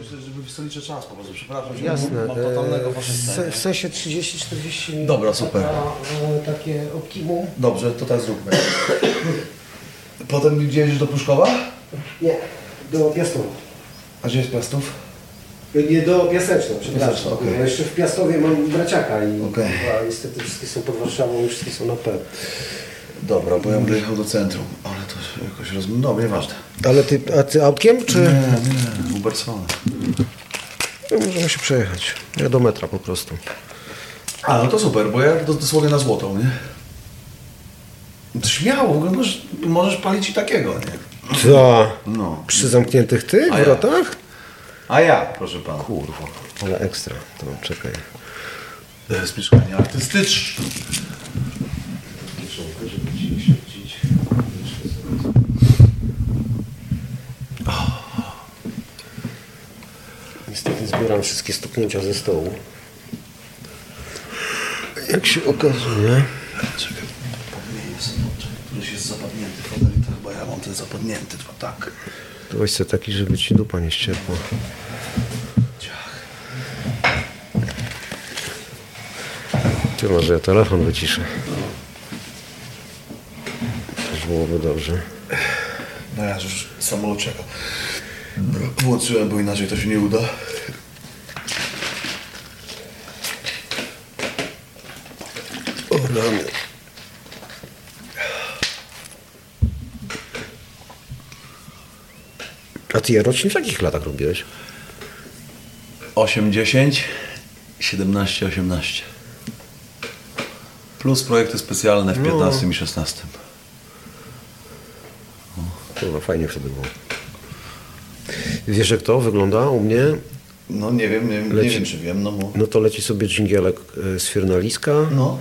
żeby liczę czas po prostu, przepraszam. Jasne. Mam totalnego faszystę. W sensie 30-40 minut. Dobra, super. Takie optimum. Dobrze, to tak zróbmy. Potem gdzie jedziesz do Pruszkowa? Nie, do Piastowa. A gdzie jest Piastów? Nie, do Piaseczna, przepraszam. Piaseczna, okej. Ja jeszcze w Piastowie mam braciaka i Okej. niestety wszystkie są pod Warszawą i wszystkie są na P. Dobra, bo ja będę jechał do centrum, ale to jakoś rozumiem. No, nieważne. Ale ty autkiem, czy? Nie, Ubersona. No, możemy się przejechać. Ja do metra po prostu. A, no to super, bo ja dosłownie na złotą, nie? To śmiało, w ogóle możesz palić i takiego, nie? Co? No. Przy zamkniętych tych A ja. wrotach? A ja, proszę pana. Kurwa, ale ekstra. To czekaj. To jest mieszkanie artystyczne. Żeby ci świecić. Niestety zbieram wszystkie stuknięcia ze stołu. Jak się okazuje. Czekaj, powinien jest, któryś jest zapadnięty fotel i to chyba ja mam ten zapadnięty, to tak. To weź sobie taki, żeby ci dupa nie ścierpła. Ciach. Ty może ja telefon wyciszę. Też byłoby dobrze. No ja już samolot czeka. Włączyłem, bo inaczej to się nie uda. O rany. A ty rocznie w jakich latach robiłeś? 8, 10, 17, 18. Plus projekty specjalne w 15 i 16. Kurwa, fajnie wtedy było. Wiesz jak to wygląda u mnie? No nie wiem, nie wiem czy wiem, no bo... No to leci sobie dżingielek z firnaliska. No.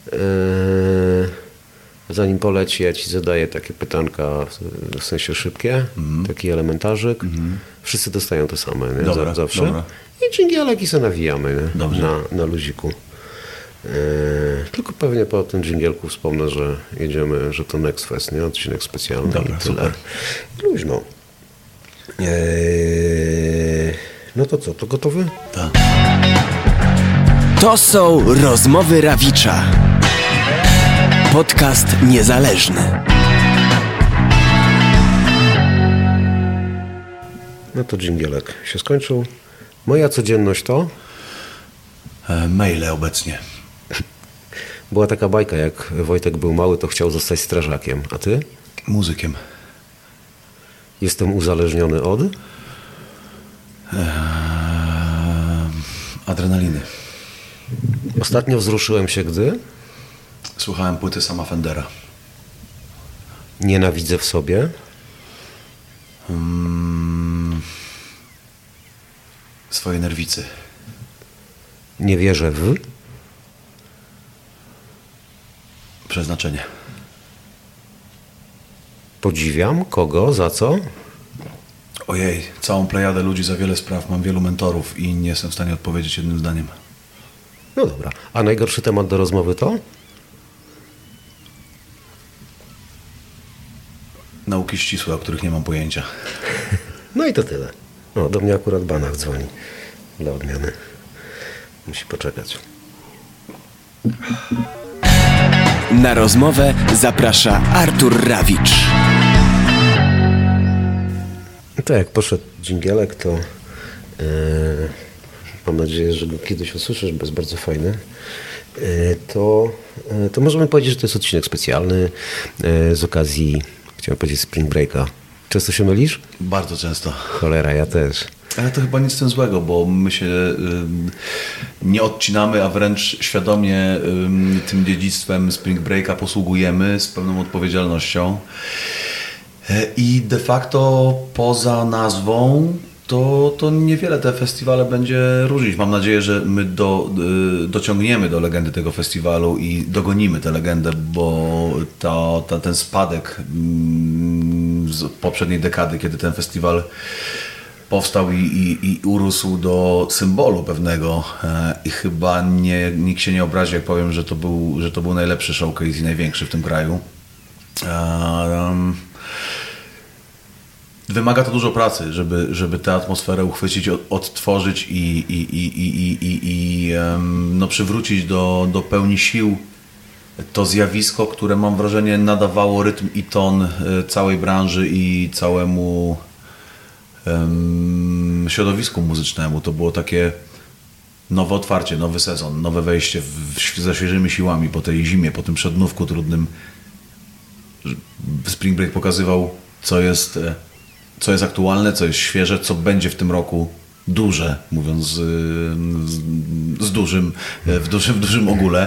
Zanim poleci, ja ci zadaję takie pytanka, w sensie szybkie, taki elementarzyk. Wszyscy dostają to same, nie? Dobra, Zawsze. dobra. I dżingielek i se nawijamy, nie? Dobrze. Na luziku. Tylko pewnie po tym dżingielku wspomnę, że jedziemy, że to Next Fest, nie? Odcinek specjalny. Dobra, i tyle. super. Luźno. No to co, to gotowy? Tak. To są Rozmowy Rawicza. Podcast niezależny. No to dżingielek się skończył. Moja codzienność to? Maile obecnie. Była taka bajka, jak Wojtek był mały, to chciał zostać strażakiem. A ty? Muzykiem. Jestem uzależniony od? Adrenaliny. Ostatnio wzruszyłem się, gdy? Słuchałem płyty sama Fendera. Nienawidzę w sobie? Swojej nerwicy. Nie wierzę w? Przeznaczenie. Podziwiam kogo, za co? Ojej, całą plejadę ludzi za wiele spraw. Mam wielu mentorów i nie jestem w stanie odpowiedzieć jednym zdaniem. No dobra. A najgorszy temat do rozmowy to? Nauki ścisłe, o których nie mam pojęcia. No i to tyle. No, do mnie akurat Banach dzwoni. Dla odmiany. Musi poczekać. Na rozmowę zaprasza Artur Rawicz. To jak poszedł dżingielek, to mam nadzieję, że go kiedyś usłyszysz, bo jest bardzo fajny. To możemy powiedzieć, że to jest odcinek specjalny z okazji, chciałem powiedzieć, Spring Breaka. Często się mylisz? Bardzo często. Cholera, ja też. Ale to chyba nic z tym złego, bo my się nie odcinamy, a wręcz świadomie tym dziedzictwem Spring Breaka posługujemy z pewną odpowiedzialnością. I de facto poza nazwą to niewiele te festiwale będzie różnić. Mam nadzieję, że my dociągniemy do legendy tego festiwalu i dogonimy tę legendę, bo ten spadek z poprzedniej dekady, kiedy ten festiwal powstał i urósł do symbolu pewnego i chyba nikt się nie obrazi, jak powiem, że to był najlepszy showcase i największy w tym kraju. wymaga to dużo pracy, żeby tę atmosferę uchwycić, odtworzyć i przywrócić do pełni sił to zjawisko, które mam wrażenie nadawało rytm i ton całej branży i całemu środowisku muzycznemu. To było takie nowe otwarcie, nowy sezon, nowe wejście ze świeżymi siłami po tej zimie, po tym przednówku trudnym. Spring Break pokazywał, co jest aktualne, co jest świeże, co będzie w tym roku duże, mówiąc w dużym ogóle.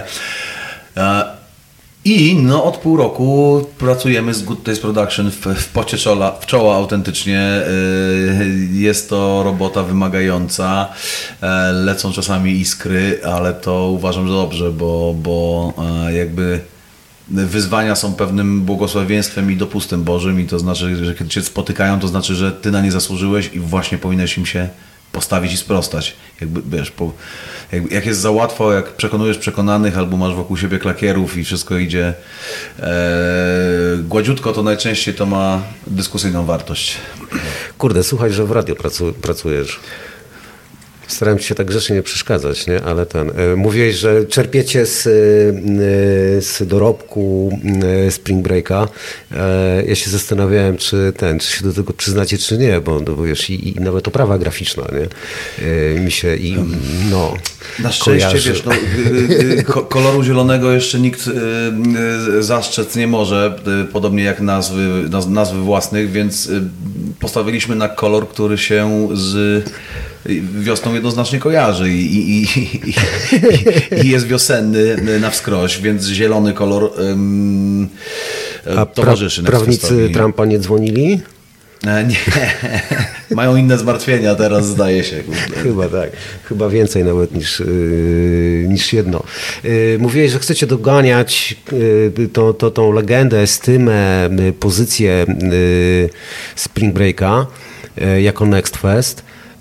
I od pół roku pracujemy z Good Taste Production w pocie czoła autentycznie. Jest to robota wymagająca, lecą czasami iskry, ale to uważam, że dobrze, bo jakby wyzwania są pewnym błogosławieństwem i dopustem Bożym i to znaczy, że kiedy Cię spotykają, to znaczy, że Ty na nie zasłużyłeś i właśnie powinieneś im się postawić i sprostać. Jakby, wiesz, jak jest za łatwo, jak przekonujesz przekonanych albo masz wokół siebie klakierów i wszystko idzie gładziutko, to najczęściej to ma dyskusyjną wartość. Kurde, słuchaj, że w radio pracujesz. Starałem się tak grzecznie nie przeszkadzać, nie? Ale mówiłeś, że czerpiecie z dorobku Spring Breaka. Ja się zastanawiałem, czy się do tego przyznacie, czy nie, bo wiesz, i nawet oprawa graficzna, nie? Mi się na szczęście, kojarzy. wiesz, koloru zielonego jeszcze nikt zastrzec nie może, podobnie jak nazwy własnych, więc postawiliśmy na kolor, który się z wiosną jednoznacznie kojarzy i jest wiosenny na wskroś, więc zielony kolor towarzyszy. Prawnicy Trumpa nie dzwonili? Nie, mają inne zmartwienia teraz, zdaje się. Chyba tak, chyba więcej nawet niż jedno. Mówiłeś, że chcecie doganiać tą legendę, estymę, pozycję Spring Breaka jako Next Fest.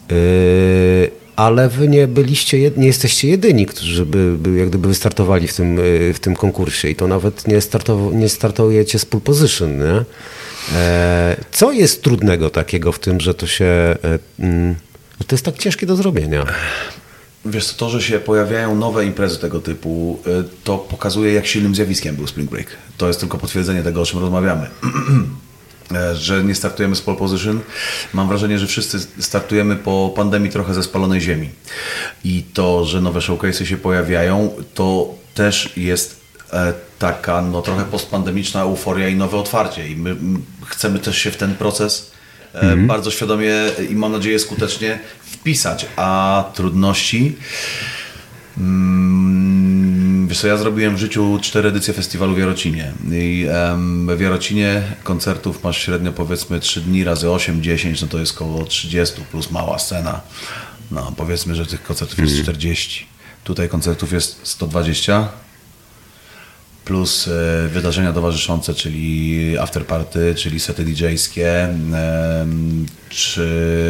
Ale wy nie jesteście jedyni, którzy by jak gdyby wystartowali w tym konkursie i to nawet nie startujecie z pole position, nie? Co jest trudnego takiego w tym, że to jest tak ciężkie do zrobienia? Wiesz co, to, że się pojawiają nowe imprezy tego typu, to pokazuje, jak silnym zjawiskiem był Spring Break. To jest tylko potwierdzenie tego, o czym rozmawiamy. Że nie startujemy z pole position. Mam wrażenie, że wszyscy startujemy po pandemii trochę ze spalonej ziemi. I to, że nowe showcase'y się pojawiają, to też jest taka trochę postpandemiczna euforia i nowe otwarcie. I my chcemy też się w ten proces bardzo świadomie i mam nadzieję skutecznie wpisać. A trudności... Wiesz co, ja zrobiłem w życiu 4 edycje festiwalu w Jarocinie i w Jarocinie koncertów masz średnio powiedzmy 3 dni razy 8, 10, to jest około 30 plus mała scena. Powiedzmy, że tych koncertów jest 40. Tutaj koncertów jest 120 plus wydarzenia towarzyszące, czyli afterparty, czyli sety DJ-skie, czy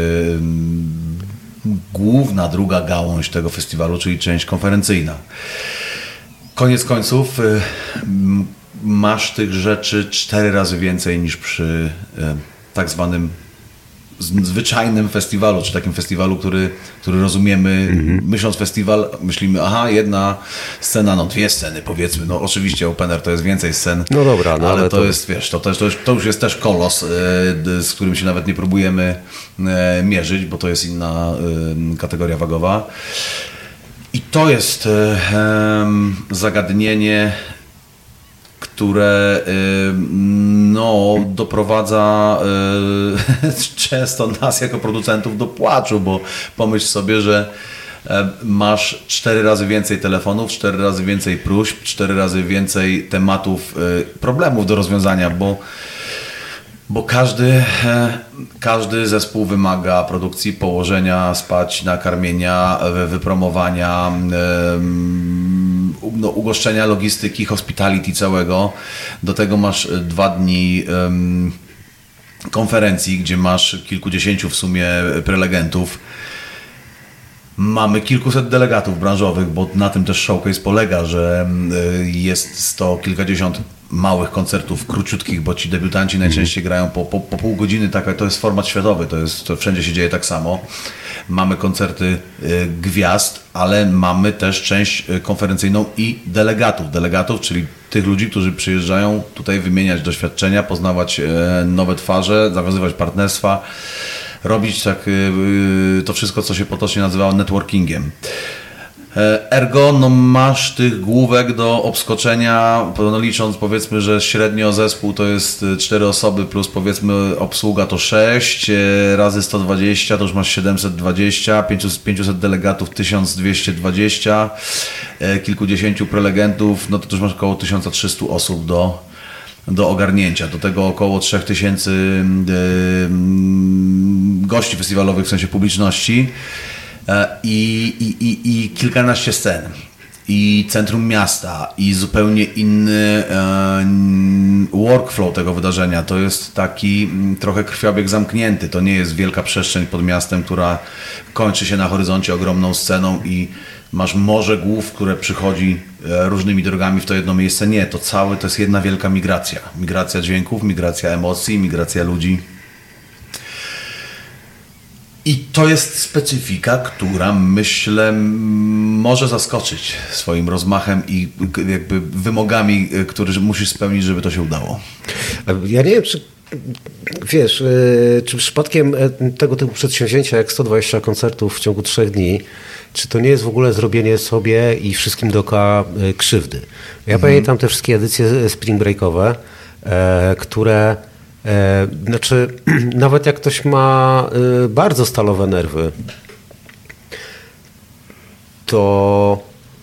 główna, druga gałąź tego festiwalu, czyli część konferencyjna. Koniec końców masz tych rzeczy 4 razy więcej niż przy tak zwanym zwyczajnym festiwalu, czy takim festiwalu, który rozumiemy, myśląc festiwal, myślimy, jedna scena, 2 sceny powiedzmy, oczywiście open air to jest więcej scen, no dobra, ale to jest, wiesz, to już jest też kolos, z którym się nawet nie próbujemy mierzyć, bo to jest inna kategoria wagowa. I to jest zagadnienie, które doprowadza często nas jako producentów do płaczu, bo pomyśl sobie, że masz 4 razy więcej telefonów, 4 razy więcej próśb, 4 razy więcej tematów, problemów do rozwiązania, bo każdy zespół wymaga produkcji, położenia, spać, nakarmienia, wypromowania, ugoszczenia, logistyki, hospitality całego. Do tego masz 2 dni konferencji, gdzie masz kilkudziesięciu w sumie prelegentów. Mamy kilkuset delegatów branżowych, bo na tym też showcase polega, że jest 100 kilkadziesiąt małych koncertów, króciutkich, bo ci debiutanci najczęściej grają po pół godziny, to jest format światowy, to wszędzie się dzieje tak samo. Mamy koncerty gwiazd, ale mamy też część konferencyjną i delegatów, czyli tych ludzi, którzy przyjeżdżają tutaj wymieniać doświadczenia, poznawać nowe twarze, zawiązywać partnerstwa, robić to wszystko, co się potocznie nazywało networkingiem. Ergo, masz tych główek do obskoczenia, licząc powiedzmy, że średnio zespół to jest 4 osoby plus powiedzmy obsługa to 6, razy 120 to już masz 720, 500 delegatów 1220, kilkudziesięciu prelegentów, to już masz około 1300 osób do ogarnięcia. Do tego około 3000 gości festiwalowych w sensie publiczności. I kilkanaście scen, i centrum miasta, i zupełnie inny workflow tego wydarzenia. To jest taki trochę krwiobieg zamknięty. To nie jest wielka przestrzeń pod miastem, która kończy się na horyzoncie ogromną sceną i masz morze głów, które przychodzi różnymi drogami w to jedno miejsce. Nie, to jest jedna wielka migracja. Migracja dźwięków, migracja emocji, migracja ludzi. I to jest specyfika, która myślę może zaskoczyć swoim rozmachem i jakby wymogami, które musisz spełnić, żeby to się udało. Ja nie wiem, czy wiesz, czy przypadkiem tego typu przedsięwzięcia jak 120 koncertów w ciągu 3 dni, czy to nie jest w ogóle zrobienie sobie i wszystkim dookoła krzywdy? Ja pamiętam te wszystkie edycje spring breakowe, które znaczy, nawet jak ktoś ma bardzo stalowe nerwy, to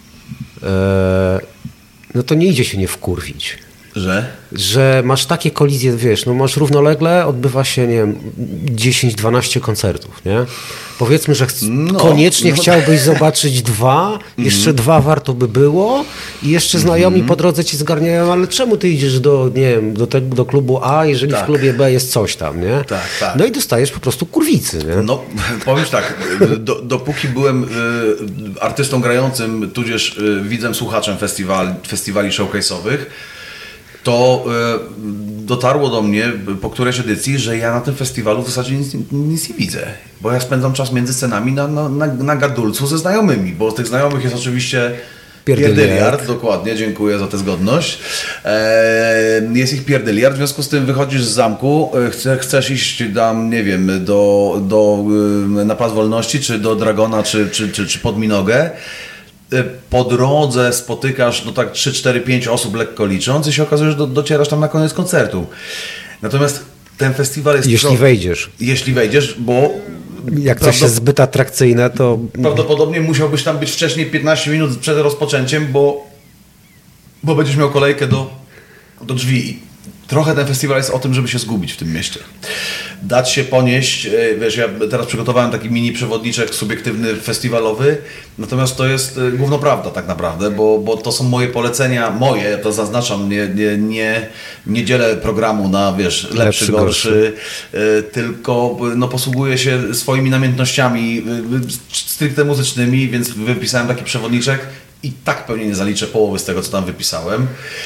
to nie idzie się nie wkurwić. Że masz takie kolizje, wiesz, masz równolegle, odbywa się, nie wiem, 10-12 koncertów, nie? Powiedzmy, że koniecznie chciałbyś zobaczyć 2, jeszcze 2 warto by było i jeszcze znajomi po drodze ci zgarniają, ale czemu ty idziesz do klubu A, jeżeli w klubie B jest coś tam, nie? Tak. No i dostajesz po prostu kurwicy, nie? Powiem tak, dopóki byłem artystą grającym, tudzież widzem, słuchaczem festiwali showcase'owych, to dotarło do mnie po którejś edycji, że ja na tym festiwalu w zasadzie nic nie widzę, bo ja spędzam czas między scenami na gadulcu ze znajomymi, bo z tych znajomych jest oczywiście pierdyliard, dokładnie, dziękuję za tę zgodność. Jest ich pierdyliard, w związku z tym wychodzisz z zamku, chcesz iść tam, nie wiem, na Plac Wolności, czy do Dragona, czy pod Minogę. Po drodze spotykasz 3, 4, 5 osób lekko licząc i się okazuje, że docierasz tam na koniec koncertu. Natomiast ten festiwal jest... Jeśli wejdziesz, bo... Jak coś jest zbyt atrakcyjne, to... Prawdopodobnie musiałbyś tam być wcześniej 15 minut przed rozpoczęciem, bo będziesz miał kolejkę do drzwi. Trochę ten festiwal jest o tym, żeby się zgubić w tym mieście. Dać się ponieść, wiesz, ja teraz przygotowałem taki mini przewodniczek subiektywny, festiwalowy, natomiast to jest gówno prawda tak naprawdę, bo to są moje polecenia, ja to zaznaczam, nie dzielę programu na, wiesz, lepszy, gorszy, tylko posługuję się swoimi namiętnościami stricte muzycznymi, więc wypisałem taki przewodniczek i tak pewnie nie zaliczę połowy z tego, co tam wypisałem.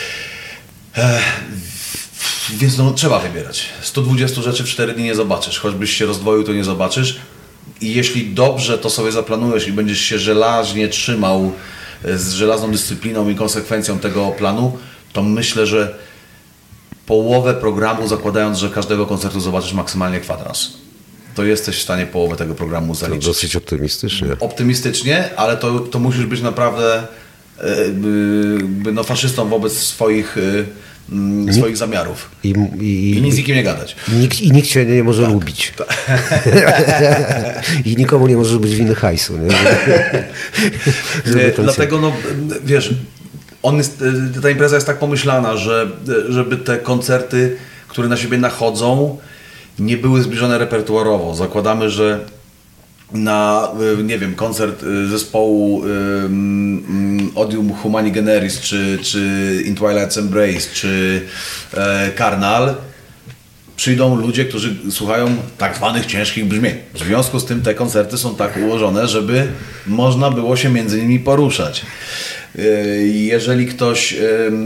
Więc trzeba wybierać. 120 rzeczy w 4 dni nie zobaczysz. Choćbyś się rozdwoił, to nie zobaczysz. I jeśli dobrze to sobie zaplanujesz i będziesz się żelaźnie trzymał z żelazną dyscypliną i konsekwencją tego planu, to myślę, że połowę programu, zakładając, że każdego koncertu zobaczysz maksymalnie kwadrans, to jesteś w stanie połowę tego programu zaliczyć. To dosyć optymistycznie. Optymistycznie, ale to musisz być naprawdę faszystą wobec swoich zamiarów. I nic z nikim nie gadać. Nikt cię nie może lubić. I nikomu nie możesz być winny hajsu. Nie? Dlatego, wiesz, ta impreza jest tak pomyślana, żeby te koncerty, które na siebie nachodzą, nie były zbliżone repertuarowo. Zakładamy, że na, nie wiem, koncert zespołu Odium Humani Generis, czy In Twilight's Embrace, czy Karnal, przyjdą ludzie, którzy słuchają tak zwanych ciężkich brzmień. W związku z tym te koncerty są tak ułożone, żeby można było się między nimi poruszać. Jeżeli ktoś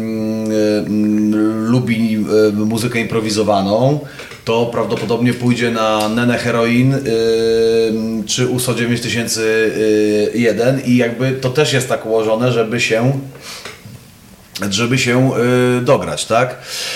lubi muzykę improwizowaną, to prawdopodobnie pójdzie na Nenę Heroin czy USO 9001 i jakby to też jest tak ułożone, żeby się dograć, tak?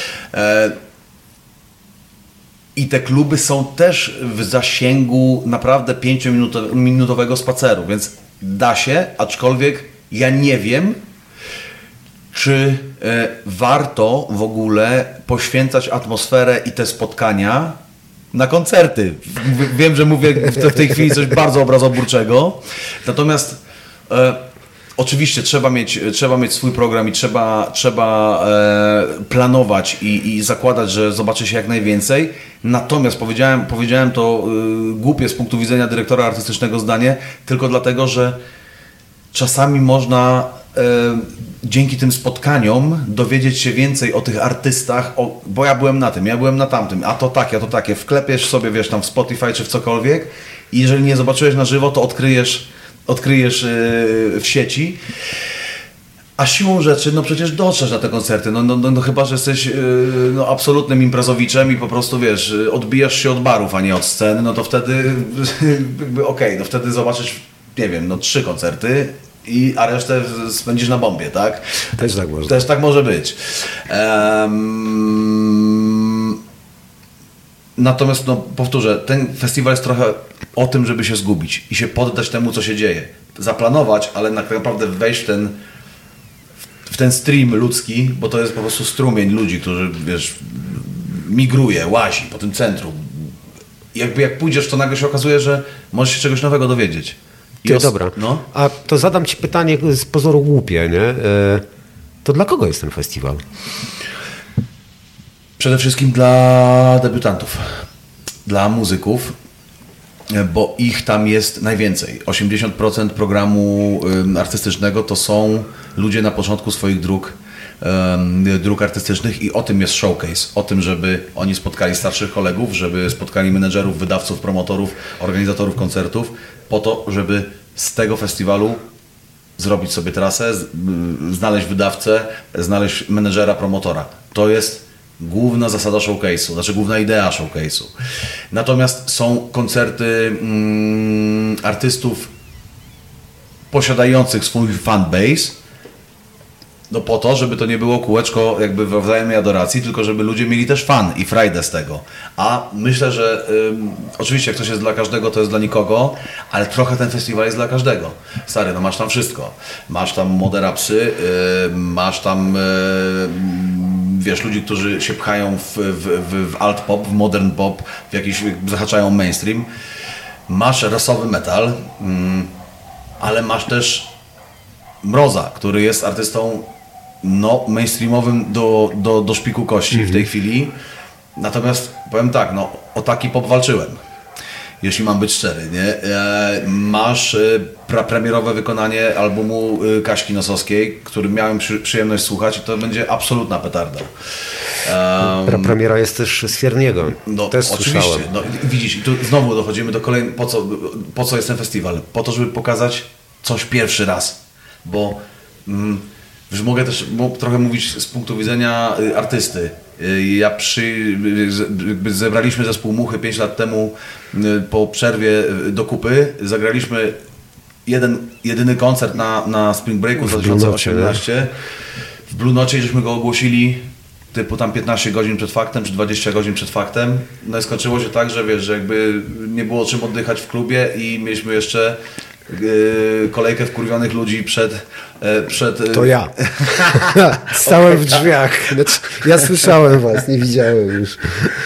I te kluby są też w zasięgu naprawdę 5-minutowego spaceru, więc da się, aczkolwiek ja nie wiem, czy warto w ogóle poświęcać atmosferę i te spotkania na koncerty. Wiem, że mówię w tej chwili coś bardzo obrazoburczego, natomiast oczywiście trzeba mieć swój program i trzeba planować i zakładać, że zobaczy się jak najwięcej. Natomiast powiedziałem to głupie z punktu widzenia dyrektora artystycznego zdanie, tylko dlatego, że czasami można dzięki tym spotkaniom dowiedzieć się więcej o tych artystach, bo ja byłem na tym, ja byłem na tamtym, a to takie, wklepiesz sobie, wiesz, tam w Spotify czy w cokolwiek i jeżeli nie zobaczyłeś na żywo, to odkryjesz w sieci. A siłą rzeczy, no przecież dotrzesz na te koncerty, no chyba, że jesteś absolutnym imprezowiczem i po prostu, wiesz, odbijasz się od barów, a nie od sceny, no to wtedy okej, no wtedy zobaczysz, nie wiem, 3 koncerty, a resztę spędzisz na bombie, tak? Też tak można. Też tak może być. Natomiast, powtórzę, ten festiwal jest trochę o tym, żeby się zgubić i się poddać temu, co się dzieje. Zaplanować, ale tak naprawdę wejść w ten stream ludzki, bo to jest po prostu strumień ludzi, którzy, wiesz, migruje, łazi po tym centrum. Jak pójdziesz, to nagle się okazuje, że możesz się czegoś nowego dowiedzieć. Dobra, a to zadam Ci pytanie z pozoru głupie, nie? To dla kogo jest ten festiwal? Przede wszystkim dla debiutantów, dla muzyków, bo ich tam jest najwięcej. 80% programu artystycznego to są ludzie na początku swoich dróg artystycznych i o tym jest showcase. O tym, żeby oni spotkali starszych kolegów, żeby spotkali menedżerów, wydawców, promotorów, organizatorów koncertów, po to, żeby z tego festiwalu zrobić sobie trasę, znaleźć wydawcę, znaleźć menedżera, promotora. To jest główna zasada showcase'u, znaczy główna idea showcase'u. Natomiast są koncerty artystów posiadających swój fanbase, po to, żeby to nie było kółeczko jakby we wzajemnej adoracji, tylko żeby ludzie mieli też fan i frajdę z tego. A myślę, że oczywiście jak coś jest dla każdego, to jest dla nikogo, ale trochę ten festiwal jest dla każdego. Stary, masz tam wszystko. Masz tam moderapsy, masz tam wiesz, ludzi, którzy się pchają w alt pop, w modern pop, w jakiś, zahaczają mainstream. Masz rasowy metal, ale masz też Mroza, który jest artystą mainstreamowym do szpiku kości w tej chwili. Natomiast powiem tak, o taki pop walczyłem, jeśli mam być szczery, nie? Masz premierowe wykonanie albumu Kaśki Nosowskiej, który miałem przyjemność słuchać i to będzie absolutna petarda. Premiera jest też z Fierniego. Też oczywiście. słyszałem. Widzisz, i tu znowu dochodzimy do kolejnego, po co jest ten festiwal? Po to, żeby pokazać coś pierwszy raz. Bo już mogę też trochę mówić z punktu widzenia artysty. Zebraliśmy zespół Muchy 5 lat temu po przerwie do kupy. Zagraliśmy jedyny koncert na Spring Breaku za 2018 w Blue Nocie, żeśmy go ogłosili typu tam 15 godzin przed faktem, czy 20 godzin przed faktem. No i skończyło się tak, że wiesz, że jakby nie było czym oddychać w klubie i mieliśmy jeszcze kolejkę wkurwionych ludzi przed... To ja. Stałem w drzwiach. Znaczy, ja słyszałem was, nie widziałem już.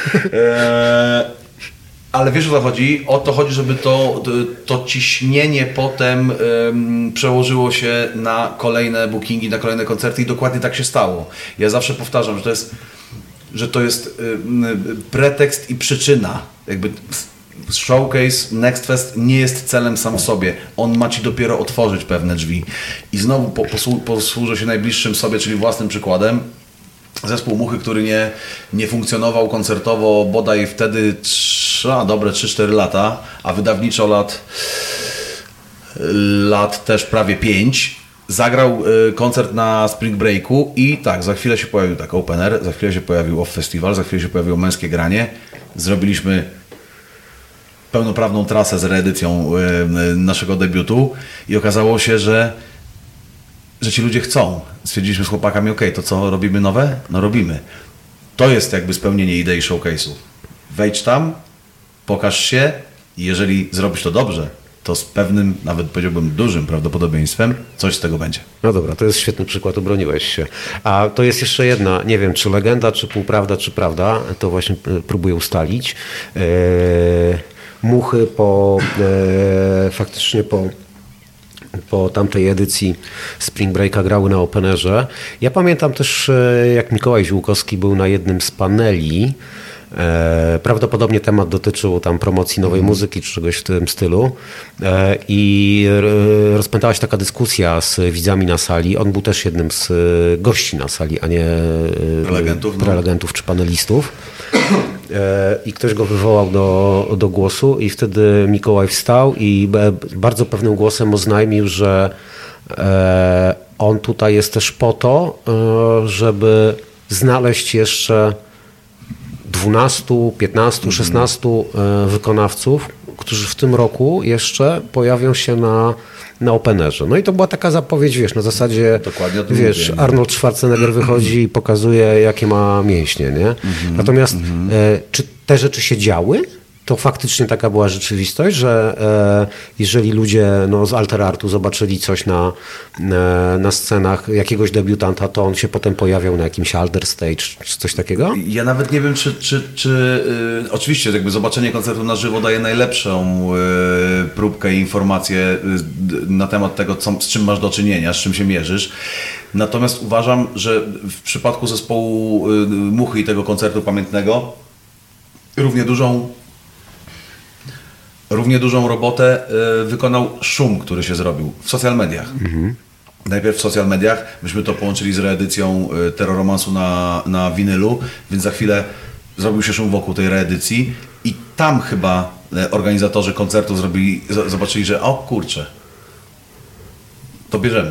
Ale wiesz, o co chodzi? O to chodzi, żeby to ciśnienie potem przełożyło się na kolejne bookingi, na kolejne koncerty i dokładnie tak się stało. Ja zawsze powtarzam, że to jest pretekst i przyczyna. Jakby showcase, Next Fest nie jest celem sam w sobie. On ma ci dopiero otworzyć pewne drzwi. I znowu posłużę się najbliższym sobie, czyli własnym przykładem. zespół Muchy, który nie funkcjonował koncertowo bodaj wtedy dobre 3-4 lata, a wydawniczo lat też prawie 5. Zagrał koncert na Spring Breaku i tak, za chwilę się pojawił Open Air, za chwilę się pojawił Off Festival, za chwilę się pojawiło Męskie Granie. Zrobiliśmy pełnoprawną trasę z reedycją naszego debiutu i okazało się, że ci ludzie chcą. Stwierdziliśmy z chłopakami, to co, robimy nowe? No robimy. To jest jakby spełnienie idei showcase'u. Wejdź tam, pokaż się i jeżeli zrobisz to dobrze, to z pewnym, nawet powiedziałbym dużym prawdopodobieństwem coś z tego będzie. No dobra, to jest świetny przykład, obroniłeś się. A to jest jeszcze jedna, nie wiem, czy legenda, czy półprawda, czy prawda, to właśnie próbuję ustalić. Muchy faktycznie po tamtej edycji Spring Breaka grały na Openerze. Ja pamiętam też, jak Mikołaj Ziółkowski był na jednym z paneli. Prawdopodobnie temat dotyczył tam promocji nowej muzyki czy czegoś w tym stylu i rozpętała się taka dyskusja z widzami na sali. On był też jednym z gości na sali, a nie prelegentów czy panelistów. I ktoś go wywołał do głosu i wtedy Mikołaj wstał i bardzo pewnym głosem oznajmił, że on tutaj jest też po to, żeby znaleźć jeszcze 12, 15, 16 wykonawców, którzy w tym roku jeszcze pojawią się na Openerze. No i to była taka zapowiedź, na zasadzie, Arnold Schwarzenegger wychodzi i pokazuje, jakie ma mięśnie, nie? Natomiast czy te rzeczy się działy? To faktycznie taka była rzeczywistość, że jeżeli ludzie z Alter Artu zobaczyli coś na scenach jakiegoś debiutanta, to on się potem pojawiał na jakimś Alter Stage czy coś takiego? Ja nawet nie wiem, czy oczywiście jakby zobaczenie koncertu na żywo daje najlepszą próbkę i informację na temat tego, z czym masz do czynienia, z czym się mierzysz. Natomiast uważam, że w przypadku zespołu Muchy i tego koncertu pamiętnego równie dużą robotę wykonał szum, który się zrobił w social mediach. Najpierw w social mediach, myśmy to połączyli z reedycją Terroromansu na winylu, więc za chwilę zrobił się szum wokół tej reedycji i tam chyba organizatorzy koncertu zobaczyli, że o kurczę, to bierzemy.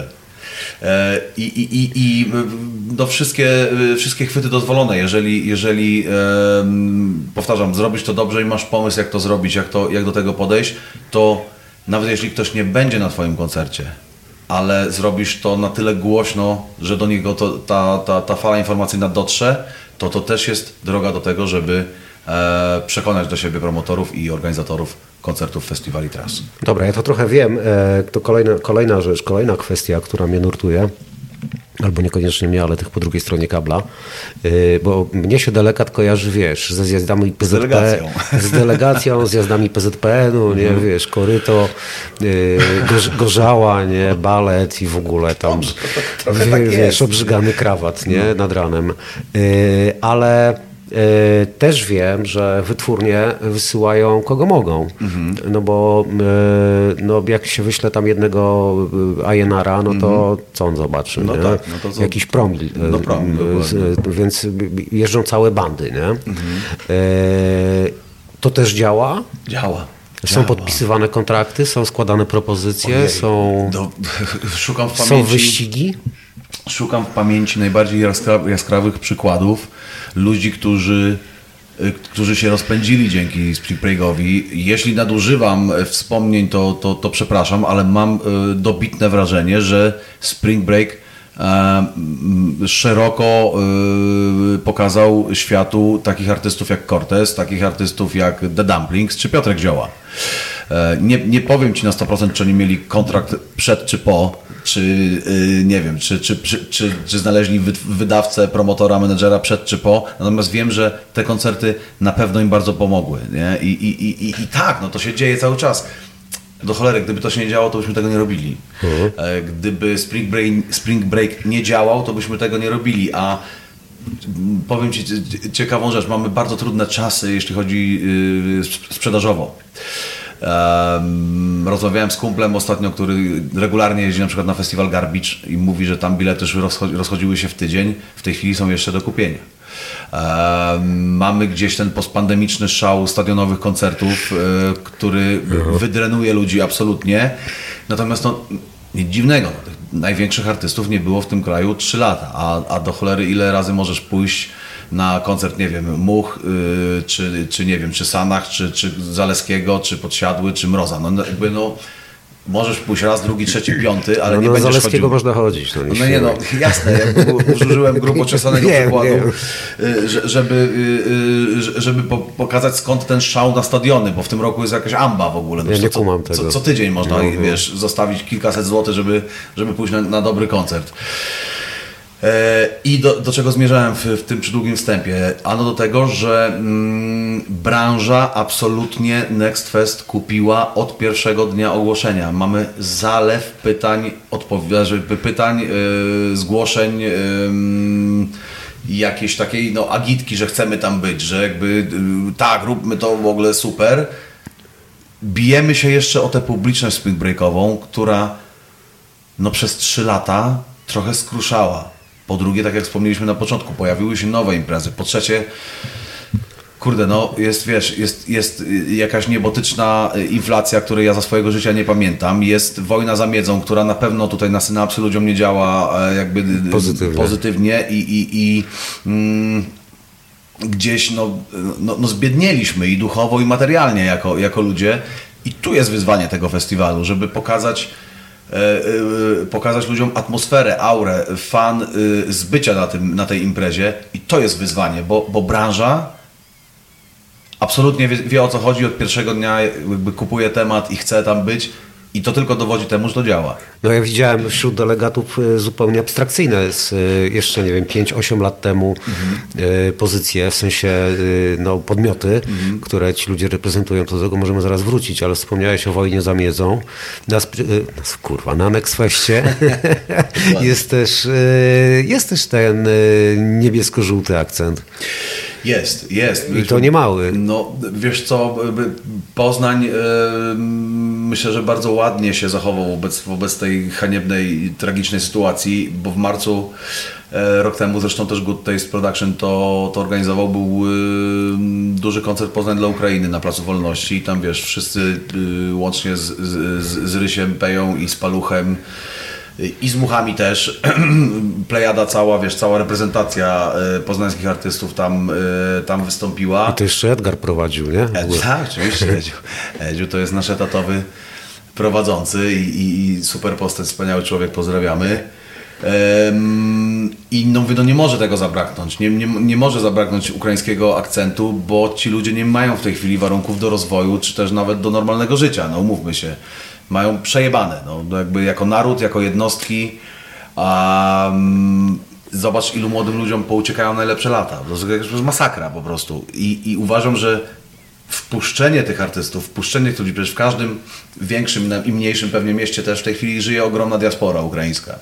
I wszystkie chwyty dozwolone. Jeżeli powtarzam, zrobisz to dobrze i masz pomysł, jak to zrobić, jak do tego podejść, to nawet jeśli ktoś nie będzie na twoim koncercie, ale zrobisz to na tyle głośno, że do niego ta fala informacyjna dotrze, to też jest droga do tego, żeby przekonać do siebie promotorów i organizatorów koncertów, festiwali, tras. Dobra, ja to trochę wiem. To kolejna rzecz, kolejna kwestia, która mnie nurtuje. Albo niekoniecznie mnie, ale tych po drugiej stronie kabla. Bo mnie się delegat kojarzy, ze zjazdami PZP. Z delegacją, zjazdami PZPN-u, koryto, gorzała, balet i w ogóle tam, obrzygany krawat, nad ranem. Ale też wiem, że wytwórnie wysyłają kogo mogą. No bo jak się wyśle tam jednego Ajenara, to co on zobaczy? Jakiś promil. Więc jeżdżą całe bandy. To też działa? Działa. Są podpisywane kontrakty, są składane propozycje, są wyścigi? Szukam w pamięci najbardziej jaskrawych przykładów ludzi, którzy się rozpędzili dzięki Spring Breakowi. Jeśli nadużywam wspomnień, to przepraszam, ale mam dobitne wrażenie, że Spring Break szeroko pokazał światu takich artystów jak Cortez, takich artystów jak The Dumplings czy Piotrek Zioła. Nie powiem Ci na 100%, czy oni mieli kontrakt przed czy po, czy nie wiem, czy znaleźli wydawcę, promotora, menedżera przed czy po, natomiast wiem, że te koncerty na pewno im bardzo pomogły. Nie? I tak, to się dzieje cały czas. Do cholery, gdyby to się nie działo, to byśmy tego nie robili. Gdyby Spring Break nie działał, to byśmy tego nie robili, a powiem Ci ciekawą rzecz, mamy bardzo trudne czasy, jeśli chodzi sprzedażowo. Rozmawiałem z kumplem ostatnio, który regularnie jeździ na przykład na festiwal Garbage i mówi, że tam bilety już rozchodziły się w tydzień, w tej chwili są jeszcze do kupienia. Mamy gdzieś ten postpandemiczny szał stadionowych koncertów, który wydrenuje ludzi absolutnie. Natomiast no, nic dziwnego, no, tych największych artystów nie było w tym kraju 3 lata, a do cholery ile razy możesz pójść na koncert, nie wiem, Much, czy nie wiem, czy Sanach, czy Zaleskiego, czy Podsiadły, czy Mroza. No jakby no możesz pójść raz, drugi, trzeci, piąty, ale nie będziesz Zaleskiego chodził. można chodzić. Jasne, ja użyłem grubo czesanego przykładu, żeby pokazać skąd ten szał na stadiony, bo w tym roku jest jakaś amba w ogóle. No, ja nie kumam tego. Co tydzień można, wiesz, zostawić kilkaset złotych, żeby pójść na dobry koncert. I do czego zmierzałem w tym przydługim wstępie? Ano do tego, że branża absolutnie Next Fest kupiła od pierwszego dnia ogłoszenia. Mamy zalew pytań, zgłoszeń, jakiejś takiej no, agitki, że chcemy tam być, że jakby tak, róbmy to w ogóle super. Bijemy się jeszcze o tę publiczność spring breakową, która no, przez 3 lata trochę skruszała. Po drugie, tak jak wspomnieliśmy na początku, pojawiły się nowe imprezy. Po trzecie, kurde, no jest jakaś niebotyczna inflacja, której ja za swojego życia nie pamiętam. Jest wojna za miedzą, która na pewno tutaj na synapsy ludziom nie działa jakby pozytywnie i gdzieś no zbiednieliśmy i duchowo, i materialnie jako ludzie. I tu jest wyzwanie tego festiwalu, żeby pokazać ludziom atmosferę, aurę, fan z bycia na tej imprezie i to jest wyzwanie, bo branża absolutnie wie o co chodzi od pierwszego dnia, jakby kupuje temat i chce tam być i to tylko dowodzi temu, że to działa. No ja widziałem wśród delegatów zupełnie abstrakcyjne jeszcze, nie wiem, 5-8 lat temu pozycje, w sensie no, podmioty, które ci ludzie reprezentują, to do tego możemy zaraz wrócić, ale wspomniałeś o wojnie za miedzą. Na Next Festie jest też ten niebiesko-żółty akcent. Jest. I to nie mały. No, wiesz co, Poznań myślę, że bardzo ładnie się zachował wobec tej haniebnej, tragicznej sytuacji, bo w marcu rok temu zresztą też Good Taste Production to organizował, był duży koncert Poznań dla Ukrainy na Placu Wolności i tam wiesz, wszyscy łącznie z Rysiem Peją i z Paluchem i z Muchami też, plejada cała, wiesz, cała reprezentacja poznańskich artystów tam wystąpiła. I to jeszcze Edgar prowadził, nie? Tak, oczywiście. Edziu to jest nasz etatowy prowadzący i super postać, wspaniały człowiek, pozdrawiamy. I no mówię, no nie może tego zabraknąć, nie może zabraknąć ukraińskiego akcentu, bo ci ludzie nie mają w tej chwili warunków do rozwoju, czy też nawet do normalnego życia, no umówmy się. Mają przejebane, no jakby jako naród, jako jednostki. Zobacz, ilu młodym ludziom pouciekają najlepsze lata. To jest masakra po prostu. I uważam, że wpuszczenie tych artystów, wpuszczenie tych ludzi, przecież w każdym większym i mniejszym pewnie mieście też w tej chwili żyje ogromna diaspora ukraińska.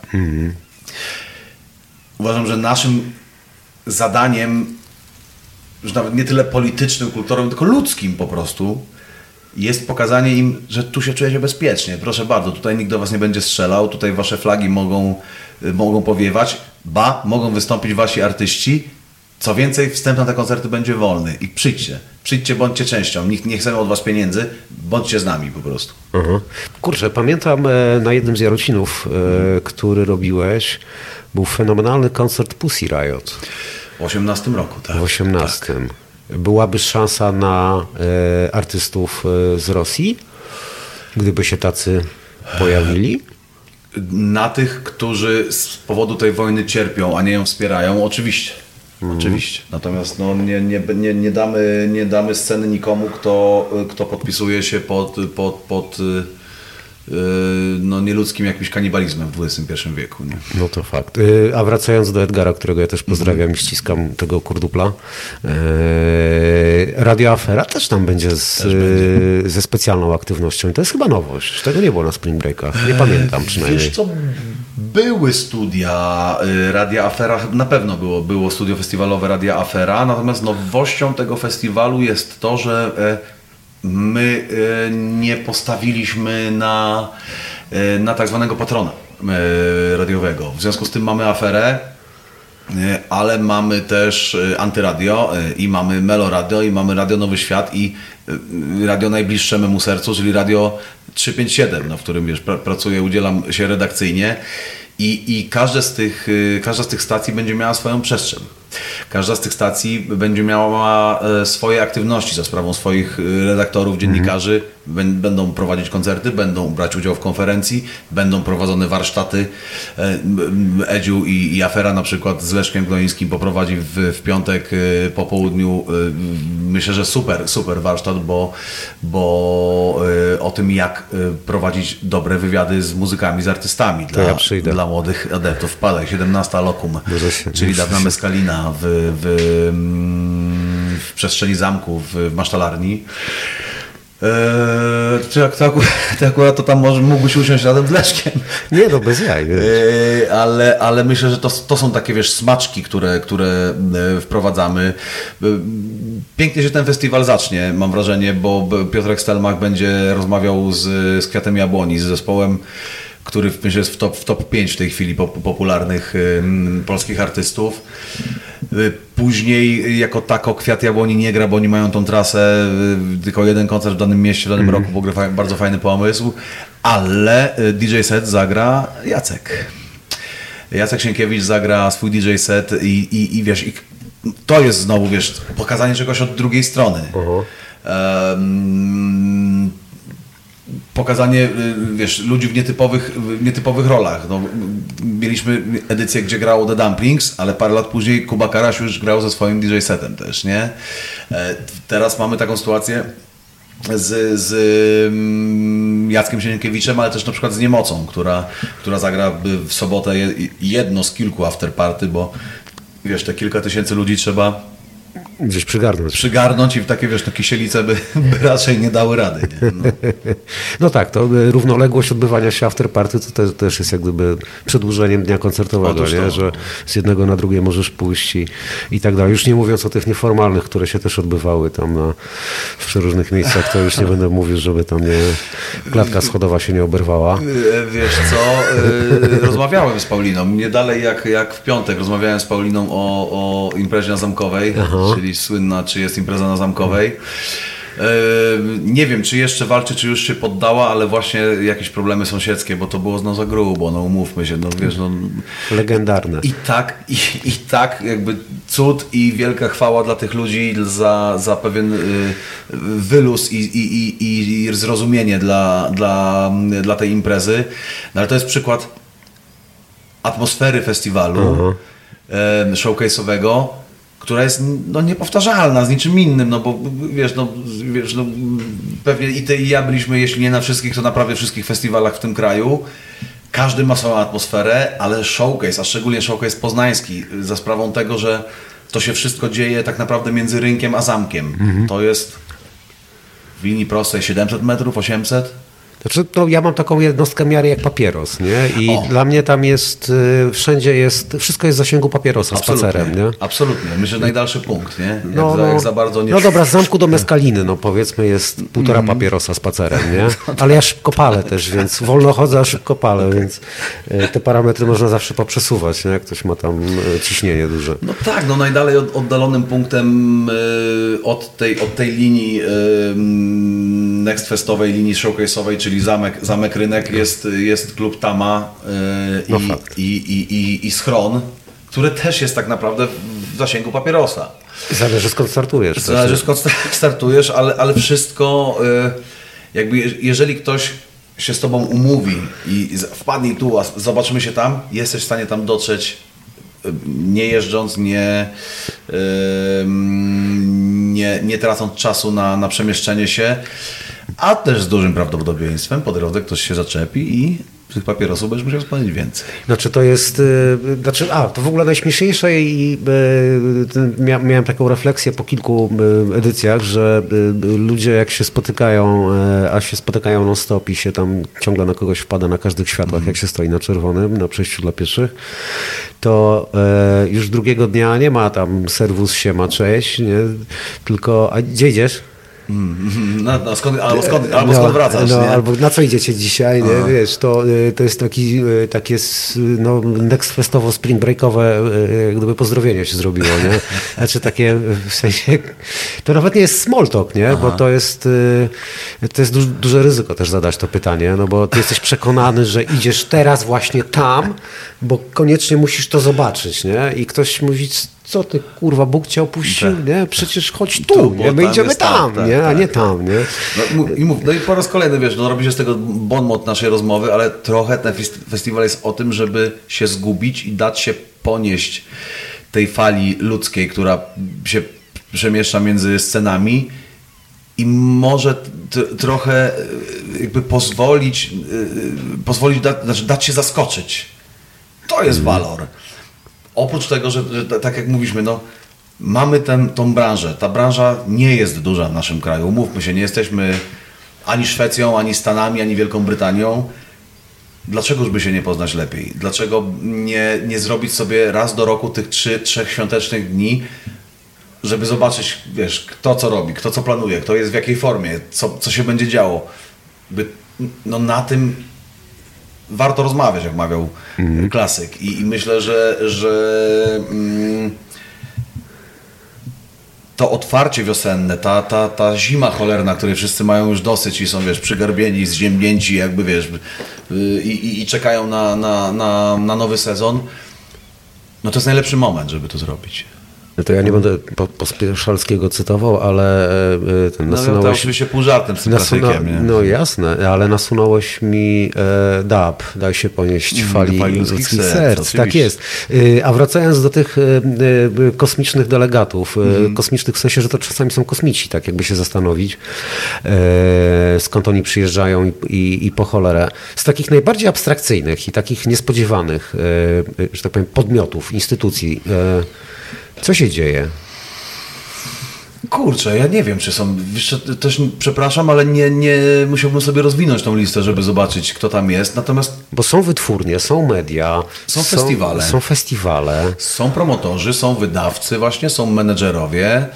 Uważam, że naszym zadaniem, że nawet nie tyle politycznym, kulturowym, tylko ludzkim po prostu, jest pokazanie im, że tu się czuje się bezpiecznie. Proszę bardzo, tutaj nikt do was nie będzie strzelał, tutaj wasze flagi mogą powiewać, mogą wystąpić wasi artyści. Co więcej, wstęp na te koncerty będzie wolny. I przyjdźcie, bądźcie częścią. Nikt nie chce od was pieniędzy, bądźcie z nami po prostu. Kurczę, pamiętam na jednym z Jarocinów, który robiłeś, był fenomenalny koncert Pussy Riot. W 18 roku, tak. W 18. Tak. Byłaby szansa na artystów z Rosji, gdyby się tacy pojawili? Na tych, którzy z powodu tej wojny cierpią, a nie ją wspierają, oczywiście. Oczywiście. Natomiast no, nie damy sceny nikomu, kto podpisuje się pod no, nieludzkim jakimś kanibalizmem w XXI wieku. Nie? No to fakt. A wracając do Edgara, którego ja też pozdrawiam i ściskam, tego kurdupla. Radio Afera też tam będzie ze specjalną aktywnością. I to jest chyba nowość. Tego nie było na Spring Breakach. Nie pamiętam przynajmniej. Wiesz co, były studia Radia Afera, na pewno było studio festiwalowe Radia Afera, natomiast nowością tego festiwalu jest to, że my nie postawiliśmy na tak zwanego patrona radiowego. W związku z tym mamy aferę, ale mamy też Antyradio i mamy Meloradio i mamy Radio Nowy Świat i radio najbliższe memu sercu, czyli Radio 357, w którym pracuję, udzielam się redakcyjnie i każda z tych stacji będzie miała swoją przestrzeń. Każda z tych stacji będzie miała swoje aktywności za sprawą swoich redaktorów, dziennikarzy. Będą prowadzić koncerty, będą brać udział w konferencji, będą prowadzone warsztaty. Edziu i Afera na przykład z Leszkiem Gnoińskim poprowadzi w piątek po południu, myślę, że super warsztat, bo o tym, jak prowadzić dobre wywiady z muzykami, z artystami dla młodych adeptów. Wpadaj, 17 Lokum, czyli dawna meskalina w przestrzeni zamku w Masztalarni. Ty akurat to tam mógłbyś usiąść razem z Leszkiem. Nie, no bez jaj. Ale myślę, że to są takie, smaczki, które wprowadzamy. Pięknie się ten festiwal zacznie, mam wrażenie, bo Piotrek Stelmach będzie rozmawiał z Kwiatem Jabłoni, z zespołem, który myślę jest w top 5 w tej chwili popularnych polskich artystów. Później jako tako Kwiat Jabłoni nie gra, bo oni mają tą trasę, tylko jeden koncert w danym mieście, w danym roku, w ogóle bardzo fajny pomysł, ale DJ set zagra Jacek. Jacek Sienkiewicz zagra swój DJ set i wiesz, to jest znowu, pokazanie czegoś od drugiej strony. Pokazanie, ludzi w nietypowych rolach. Mieliśmy edycję, gdzie grało The Dumplings, ale parę lat później Kuba Karaś już grał ze swoim DJ setem też, nie? Teraz mamy taką sytuację z Jackiem Sienkiewiczem, ale też na przykład z Niemocą, która zagra w sobotę jedno z kilku afterparty, bo te kilka tysięcy ludzi trzeba gdzieś przygarnąć i w takie, kisielice by raczej nie dały rady. Nie? No tak, to równoległość odbywania się afterparty to też jest jak gdyby przedłużeniem dnia koncertowego, nie? Że z jednego na drugie możesz pójść i tak dalej. Już nie mówiąc o tych nieformalnych, które się też odbywały tam w przeróżnych miejscach, to już nie będę mówił, żeby tam klatka schodowa się nie oberwała. Wiesz co, rozmawiałem z Pauliną, nie dalej jak w piątek rozmawiałem z Pauliną o imprezie na Zamkowej, czyli słynna, czy jest impreza na Zamkowej. Nie wiem, czy jeszcze walczy, czy już się poddała, ale właśnie jakieś problemy sąsiedzkie, bo to było za grubo, umówmy się, legendarne. I tak jakby cud i wielka chwała dla tych ludzi za pewien wyluz i zrozumienie dla tej imprezy. No, ale to jest przykład atmosfery festiwalu showcase'owego, która jest niepowtarzalna z niczym innym, bo pewnie i ty i ja byliśmy, jeśli nie na wszystkich, to na prawie wszystkich festiwalach w tym kraju. Każdy ma swoją atmosferę, ale showcase, a szczególnie showcase poznański, za sprawą tego, że to się wszystko dzieje tak naprawdę między rynkiem a zamkiem. To jest w linii prostej 700 metrów, 800. Znaczy, ja mam taką jednostkę miary jak papieros, nie? I dla mnie tam jest, wszędzie jest, wszystko jest w zasięgu papierosa spacerem, nie? Absolutnie. Myślę, że najdalszy punkt, nie? Jak za bardzo nie... No dobra, z zamku do Meskaliny, powiedzmy jest 1,5 papierosa spacerem, nie? Ale ja szybko palę też, więc wolno chodzę, a szybko palę, więc te parametry można zawsze poprzesuwać, nie? Jak ktoś ma tam ciśnienie duże. No tak, najdalej oddalonym punktem od tej linii Next Festowej, linii showcase'owej, czyli Zamek Rynek, jest klub Tama i Schron, który też jest tak naprawdę w zasięgu papierosa. Zależy skąd startujesz. Zależy skąd startujesz, ale wszystko jakby jeżeli ktoś się z tobą umówi i wpadnij tu, a zobaczymy się tam, jesteś w stanie tam dotrzeć nie jeżdżąc, nie tracąc czasu na przemieszczenie się, a też z dużym prawdopodobieństwem po drodze ktoś się zaczepi i tych papierosów będziesz musiał spalić więcej. Znaczy to jest, to w ogóle najśmieszniejsze i miałem taką refleksję po kilku edycjach, że ludzie jak się spotykają, a się spotykają non stop i się tam ciągle na kogoś wpada na każdych światłach, jak się stoi na czerwonym, na przejściu dla pieszych, to już drugiego dnia nie ma tam serwus, siema, cześć, nie? Tylko, a gdzie idziesz? Skąd wracasz, nie? Albo na co idziecie dzisiaj, nie? Wiesz, to jest takie next festowo spring breakowe jak gdyby pozdrowienie się zrobiło, nie? Znaczy takie w sensie, to nawet nie jest small talk, nie? Bo to jest duże ryzyko też zadać to pytanie, no bo ty jesteś przekonany, że idziesz teraz właśnie tam, bo koniecznie musisz to zobaczyć, nie? I ktoś mówi, co ty, kurwa, Bóg cię opuścił, nie? Przecież chodź tu, nie? My idziemy tam, nie? A nie tam, nie? No i po raz kolejny, wiesz, robi się z tego bon mot naszej rozmowy, ale trochę ten festiwal jest o tym, żeby się zgubić i dać się ponieść tej fali ludzkiej, która się przemieszcza między scenami i może trochę jakby pozwolić dać się zaskoczyć. To jest walor. Oprócz tego, że tak jak mówiliśmy, no, mamy tą branżę. Ta branża nie jest duża w naszym kraju. Umówmy się, nie jesteśmy ani Szwecją, ani Stanami, ani Wielką Brytanią. Dlaczegoż by się nie poznać lepiej? Dlaczego nie zrobić sobie raz do roku tych trzech świątecznych dni, żeby zobaczyć, wiesz, kto co robi, kto co planuje, kto jest w jakiej formie, co się będzie działo. No na tym warto rozmawiać, jak mawiał klasyk. I myślę, że to otwarcie wiosenne, ta zima cholerna, której wszyscy mają już dosyć i są, wiesz, przygarbieni, zziębnięci, jakby, wiesz, i czekają na nowy sezon, no to jest najlepszy moment, żeby to zrobić. No to ja nie będę Pospieszalskiego cytował, ale nasunąłeś... No to oczywiście pół żartem z tym klasykiem, nie? No jasne, ale nasunąłeś mi daj się ponieść fali ludzkich serc. Tak jest. A wracając do tych kosmicznych delegatów, kosmicznych w sensie, że to czasami są kosmici, tak jakby się zastanowić, skąd oni przyjeżdżają i po cholerę. Z takich najbardziej abstrakcyjnych i takich niespodziewanych, że tak powiem, podmiotów, instytucji, co się dzieje? Kurczę, ja nie wiem, czy są... Wiesz, też przepraszam, ale nie musiałbym sobie rozwinąć tą listę, żeby zobaczyć, kto tam jest. Natomiast... Bo są wytwórnie, są media. Są festiwale. Są festiwale. Są promotorzy, są wydawcy właśnie, są menedżerowie.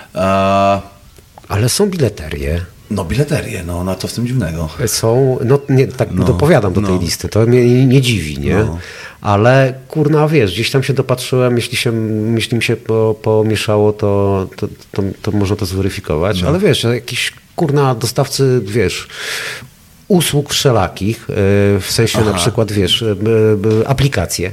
Ale są bileterie. No bileterie, no na to w tym dziwnego. Są, no nie, tak dopowiadam do tej listy, to mnie nie dziwi, nie? No. Ale kurna, wiesz, gdzieś tam się dopatrzyłem, jeśli mi się pomieszało, to można to zweryfikować, ale wiesz, jakiś kurna dostawcy, wiesz, usług wszelakich, w sensie na przykład, wiesz, aplikacje.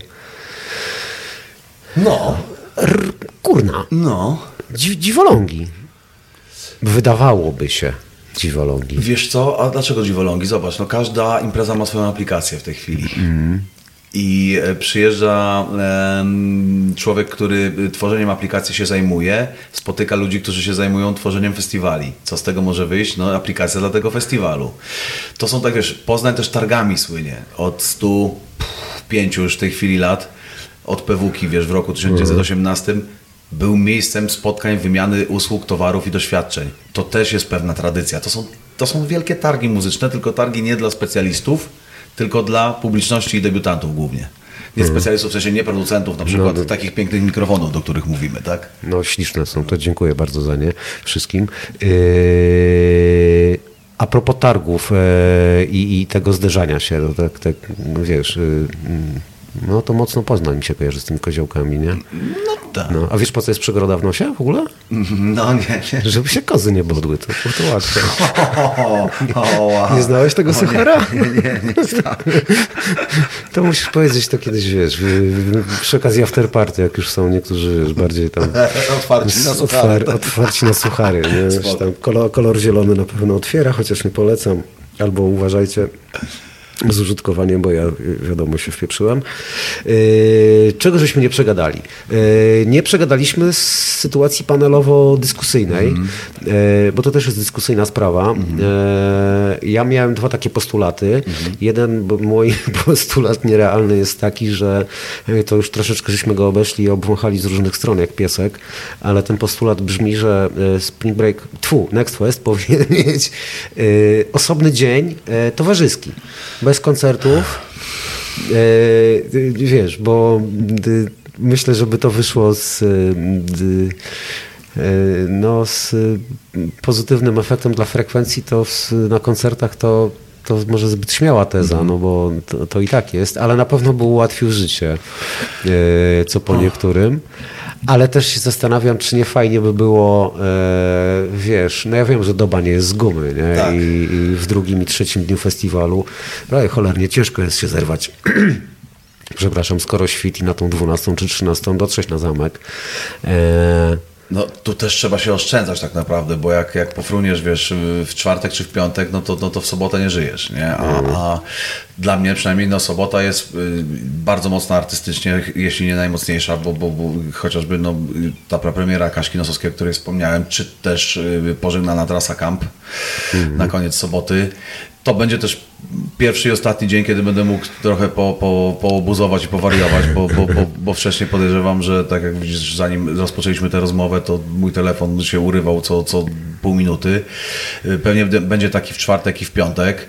No. Kurna. No. Dziwolągi. Wydawałoby się. Dziwolągi. Wiesz co? A dlaczego dziwolągi? Zobacz, no każda impreza ma swoją aplikację w tej chwili. I przyjeżdża człowiek, który tworzeniem aplikacji się zajmuje, spotyka ludzi, którzy się zajmują tworzeniem festiwali. Co z tego może wyjść? No aplikacja dla tego festiwalu. To są tak, wiesz, Poznań też targami słynie. Od 105 już w tej chwili lat, od PWK-i, wiesz, w roku 1918 był miejscem spotkań, wymiany usług, towarów i doświadczeń. To też jest pewna tradycja. To są wielkie targi muzyczne, tylko targi nie dla specjalistów, tylko dla publiczności i debiutantów głównie. Nie specjalistów, w sensie nie producentów, na przykład takich pięknych mikrofonów, do których mówimy, tak? No śliczne są, to dziękuję bardzo za nie wszystkim. A propos targów i tego zderzania się, tak wiesz... No to mocno Poznań mi się kojarzy z tymi koziołkami, nie? No tak. No, a wiesz, po co jest przegroda w nosie w ogóle? No nie. Żeby się kozy nie bodły, to łatwe. Nie znałeś tego suchara? Nie. To musisz powiedzieć to kiedyś, wiesz, przy okazji afterparty, jak już są niektórzy, wiesz, bardziej tam... Otwarci na suchary. Nie? Tam kolor zielony na pewno otwiera, chociaż nie polecam. Albo uważajcie z użytkowaniem, bo ja wiadomo się wpieprzyłem. Czego żeśmy nie przegadali? Nie przegadaliśmy z sytuacji panelowo-dyskusyjnej, bo to też jest dyskusyjna sprawa. Ja miałem dwa takie postulaty. Jeden, bo mój postulat nierealny jest taki, że to już troszeczkę żeśmy go obeszli i obwąchali z różnych stron jak piesek, ale ten postulat brzmi, że Spring Break, Next Fest powinien mieć osobny dzień towarzyski. Bez koncertów, wiesz, bo myślę, żeby to wyszło no, z pozytywnym efektem dla frekwencji, to na koncertach to może zbyt śmiała teza, no bo to i tak jest, ale na pewno by ułatwił życie, co po niektórym. Ale też się zastanawiam, czy nie fajnie by było, wiesz, no ja wiem, że doba nie jest z gumy, nie? Tak. I w drugim i trzecim dniu festiwalu prawie cholernie ciężko jest się zerwać. Przepraszam, skoro świt i na tą 12 czy 13 dotrzeć na zamek. No tu też trzeba się oszczędzać tak naprawdę, bo jak pofruniesz, wiesz, w czwartek czy w piątek, no to w sobotę nie żyjesz, nie? A dla mnie przynajmniej no sobota jest bardzo mocna artystycznie, jeśli nie najmocniejsza, bo chociażby no, ta premiera Kaśki Nosowskiej, o której wspomniałem, czy też pożegnana trasa Camp na koniec soboty. To będzie też pierwszy i ostatni dzień, kiedy będę mógł trochę poobuzować i powariować, bo wcześniej podejrzewam, że tak jak widzisz, zanim rozpoczęliśmy tę rozmowę, to mój telefon się urywał co pół minuty. Pewnie będzie taki w czwartek i w piątek.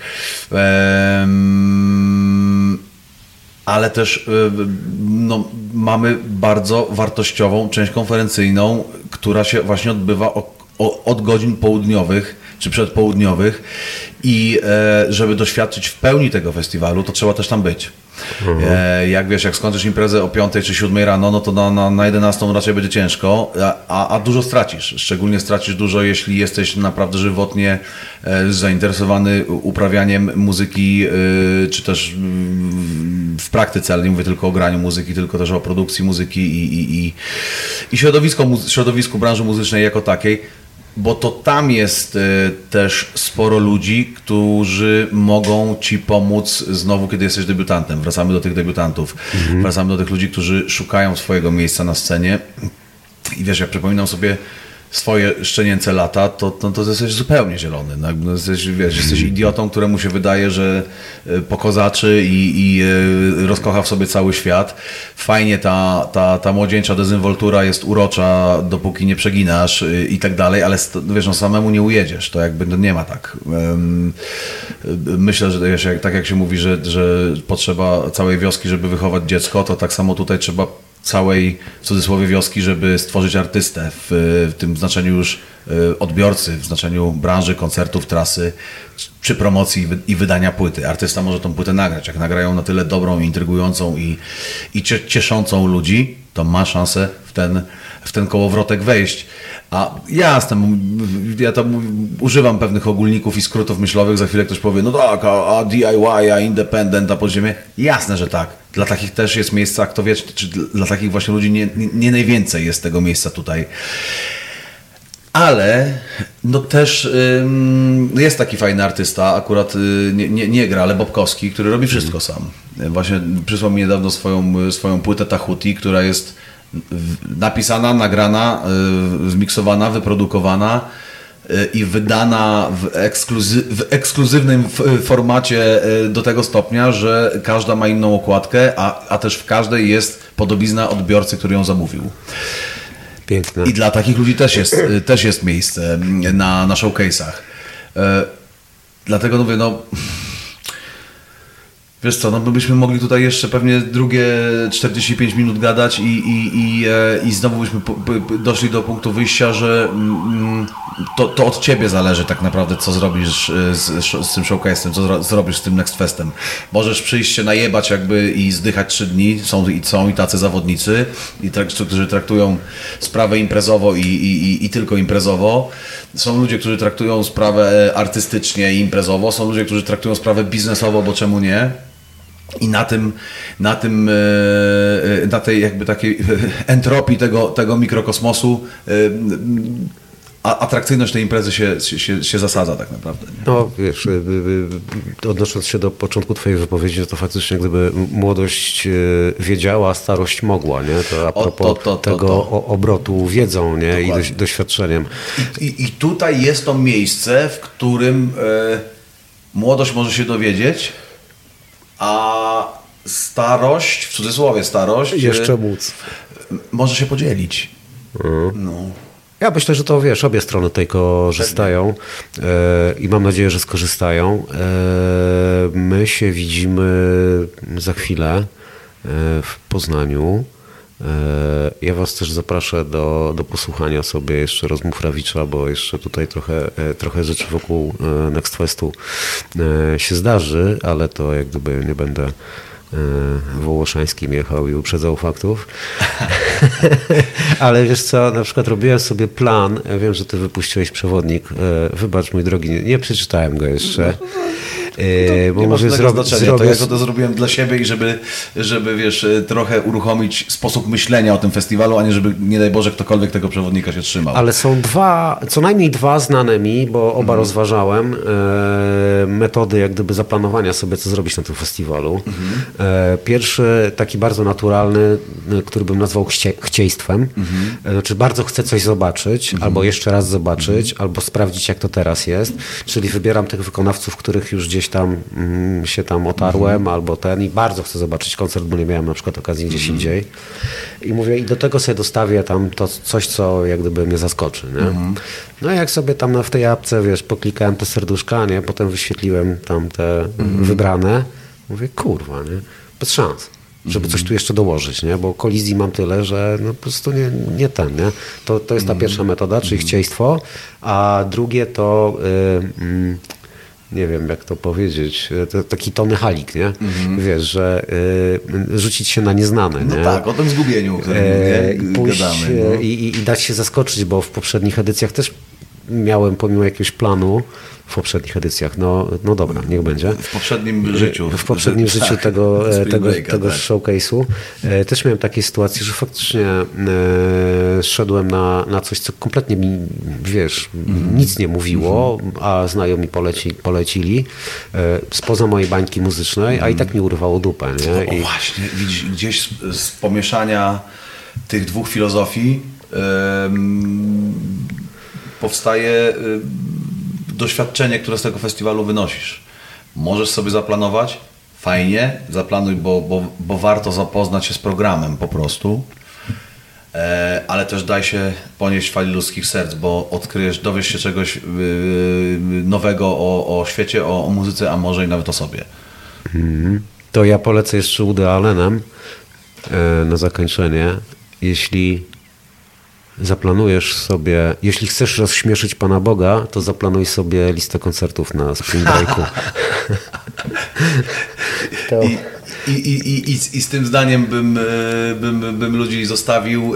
Ale też no, mamy bardzo wartościową część konferencyjną, która się właśnie odbywa od godzin południowych czy przedpołudniowych i żeby doświadczyć w pełni tego festiwalu, to trzeba też tam być. Jak wiesz, jak skończysz imprezę o 5 czy 7 rano, no to na 11 raczej będzie ciężko, a dużo stracisz. Szczególnie stracisz dużo, jeśli jesteś naprawdę żywotnie zainteresowany uprawianiem muzyki, czy też w praktyce, ale nie mówię tylko o graniu muzyki, tylko też o produkcji muzyki i środowisku branży muzycznej jako takiej. Bo to tam jest też sporo ludzi, którzy mogą ci pomóc znowu, kiedy jesteś debiutantem. Wracamy do tych debiutantów. Wracamy do tych ludzi, którzy szukają swojego miejsca na scenie. I wiesz, jak przypominam sobie swoje szczenięce lata, to jesteś zupełnie zielony. No, jesteś idiotą, któremu się wydaje, że pokozaczy i rozkocha w sobie cały świat. Fajnie ta młodzieńcza dezynwoltura jest urocza, dopóki nie przeginasz i tak dalej, ale wiesz, no, samemu nie ujedziesz. To jakby nie ma tak. Myślę, że wiesz, tak jak się mówi, że potrzeba całej wioski, żeby wychować dziecko, to tak samo tutaj trzeba całej, w cudzysłowie, wioski, żeby stworzyć artystę w tym znaczeniu już odbiorcy, w znaczeniu branży, koncertów, trasy, czy promocji i wydania płyty. Artysta może tą płytę nagrać. Jak nagrają na tyle dobrą, intrygującą i cieszącą ludzi, to ma szansę w ten kołowrotek wejść. A ja tam używam pewnych ogólników i skrótów myślowych, za chwilę ktoś powie, no tak, a DIY, a independent, a podziemie. Jasne, że tak. Dla takich też jest miejsca, kto wie, czy dla takich właśnie ludzi nie najwięcej jest tego miejsca tutaj. Ale no też jest taki fajny artysta, akurat nie gra, ale Bobkowski, który robi wszystko sam. Właśnie przysłał mi niedawno swoją płytę Tahuti, która jest napisana, nagrana, zmiksowana, wyprodukowana i wydana w ekskluzywnym formacie do tego stopnia, że każda ma inną okładkę, a też w każdej jest podobizna odbiorcy, który ją zamówił. Piękne. I dla takich ludzi też jest miejsce na showcase'ach. Dlatego mówię, no wiesz co, no byśmy mogli tutaj jeszcze pewnie drugie 45 minut gadać i znowu byśmy doszli do punktu wyjścia, że to od ciebie zależy tak naprawdę, co zrobisz z tym showcase'em, co zrobisz z tym Next Festem. Możesz przyjść się najebać jakby i zdychać 3 dni, są i tacy zawodnicy, którzy traktują sprawę imprezowo i tylko imprezowo. Są ludzie, którzy traktują sprawę artystycznie i imprezowo, są ludzie, którzy traktują sprawę biznesowo, bo czemu nie? I na tej jakby takiej entropii tego mikrokosmosu atrakcyjność tej imprezy się zasadza tak naprawdę. Nie? No wiesz, odnosząc się do początku twojej wypowiedzi, to faktycznie gdyby młodość wiedziała, starość mogła, nie? To a propos tego obrotu wiedzą, nie? I doświadczeniem. I tutaj jest to miejsce, w którym młodość może się dowiedzieć, a starość, w cudzysłowie starość, jeszcze móc. Może się podzielić. No. Ja myślę, że to wiesz, obie strony tutaj korzystają i mam nadzieję, że skorzystają. My się widzimy za chwilę w Poznaniu Ja was też zaproszę do posłuchania sobie jeszcze rozmów Rawicza, bo jeszcze tutaj trochę rzeczy wokół Next Festu się zdarzy, ale to jak gdyby nie będę Wołoszańskim jechał i uprzedzał faktów. Ale wiesz co, na przykład robiłem sobie plan, ja wiem, że ty wypuściłeś przewodnik, wybacz mój drogi, nie przeczytałem go jeszcze. Bo nie może znaczenia. To ja to zrobiłem dla siebie i żeby wiesz, trochę uruchomić sposób myślenia o tym festiwalu, a nie żeby, nie daj Boże, ktokolwiek tego przewodnika się trzymał. Ale są co najmniej dwa znane mi, bo oba rozważałem, metody jak gdyby zaplanowania sobie, co zrobić na tym festiwalu. Pierwszy, taki bardzo naturalny, który bym nazwał chcieństwem. Znaczy bardzo chcę coś zobaczyć, albo jeszcze raz zobaczyć, albo sprawdzić, jak to teraz jest. Czyli wybieram tych wykonawców, których już gdzieś tam się tam otarłem, albo i bardzo chcę zobaczyć koncert, bo nie miałem na przykład okazji gdzieś indziej. I mówię, i do tego sobie dostawię tam to coś, co jak gdyby mnie zaskoczy. Nie? No i jak sobie tam w tej apce, wiesz, poklikałem te serduszka, nie? Potem wyświetliłem tam te wybrane. Mówię, kurwa, nie? Bez szans, żeby coś tu jeszcze dołożyć, nie? Bo kolizji mam tyle, że no po prostu nie ten, nie? To jest ta pierwsza metoda, czyli chcieństwo, a drugie to nie wiem, jak to powiedzieć, to taki Tony Halik, nie? Wiesz, że rzucić się na nieznane, no nie? Tak, o tym zgubieniu, o którym gadamy. No. I dać się zaskoczyć, bo w poprzednich edycjach też miałem, pomimo jakiegoś planu, w poprzednich edycjach, no dobra, niech będzie. W poprzednim życiu. W poprzednim życiu tego showcase'u też miałem takie sytuacje, że faktycznie szedłem na coś, co kompletnie mi, wiesz, nic nie mówiło, a znajomi polecili spoza mojej bańki muzycznej, a i tak mi urwało dupę. Nie? No, właśnie, widzisz, gdzieś z pomieszania tych dwóch filozofii powstaje doświadczenie, które z tego festiwalu wynosisz. Możesz sobie zaplanować, fajnie, zaplanuj, bo warto zapoznać się z programem po prostu, ale też daj się ponieść fali ludzkich serc, bo dowiesz się czegoś nowego o świecie, o muzyce, a może i nawet o sobie. To ja polecę jeszcze Woody Allenem na zakończenie. Jeśli zaplanujesz sobie, jeśli chcesz rozśmieszyć Pana Boga, to zaplanuj sobie listę koncertów na Spring Breaku. I z tym zdaniem bym ludzi zostawił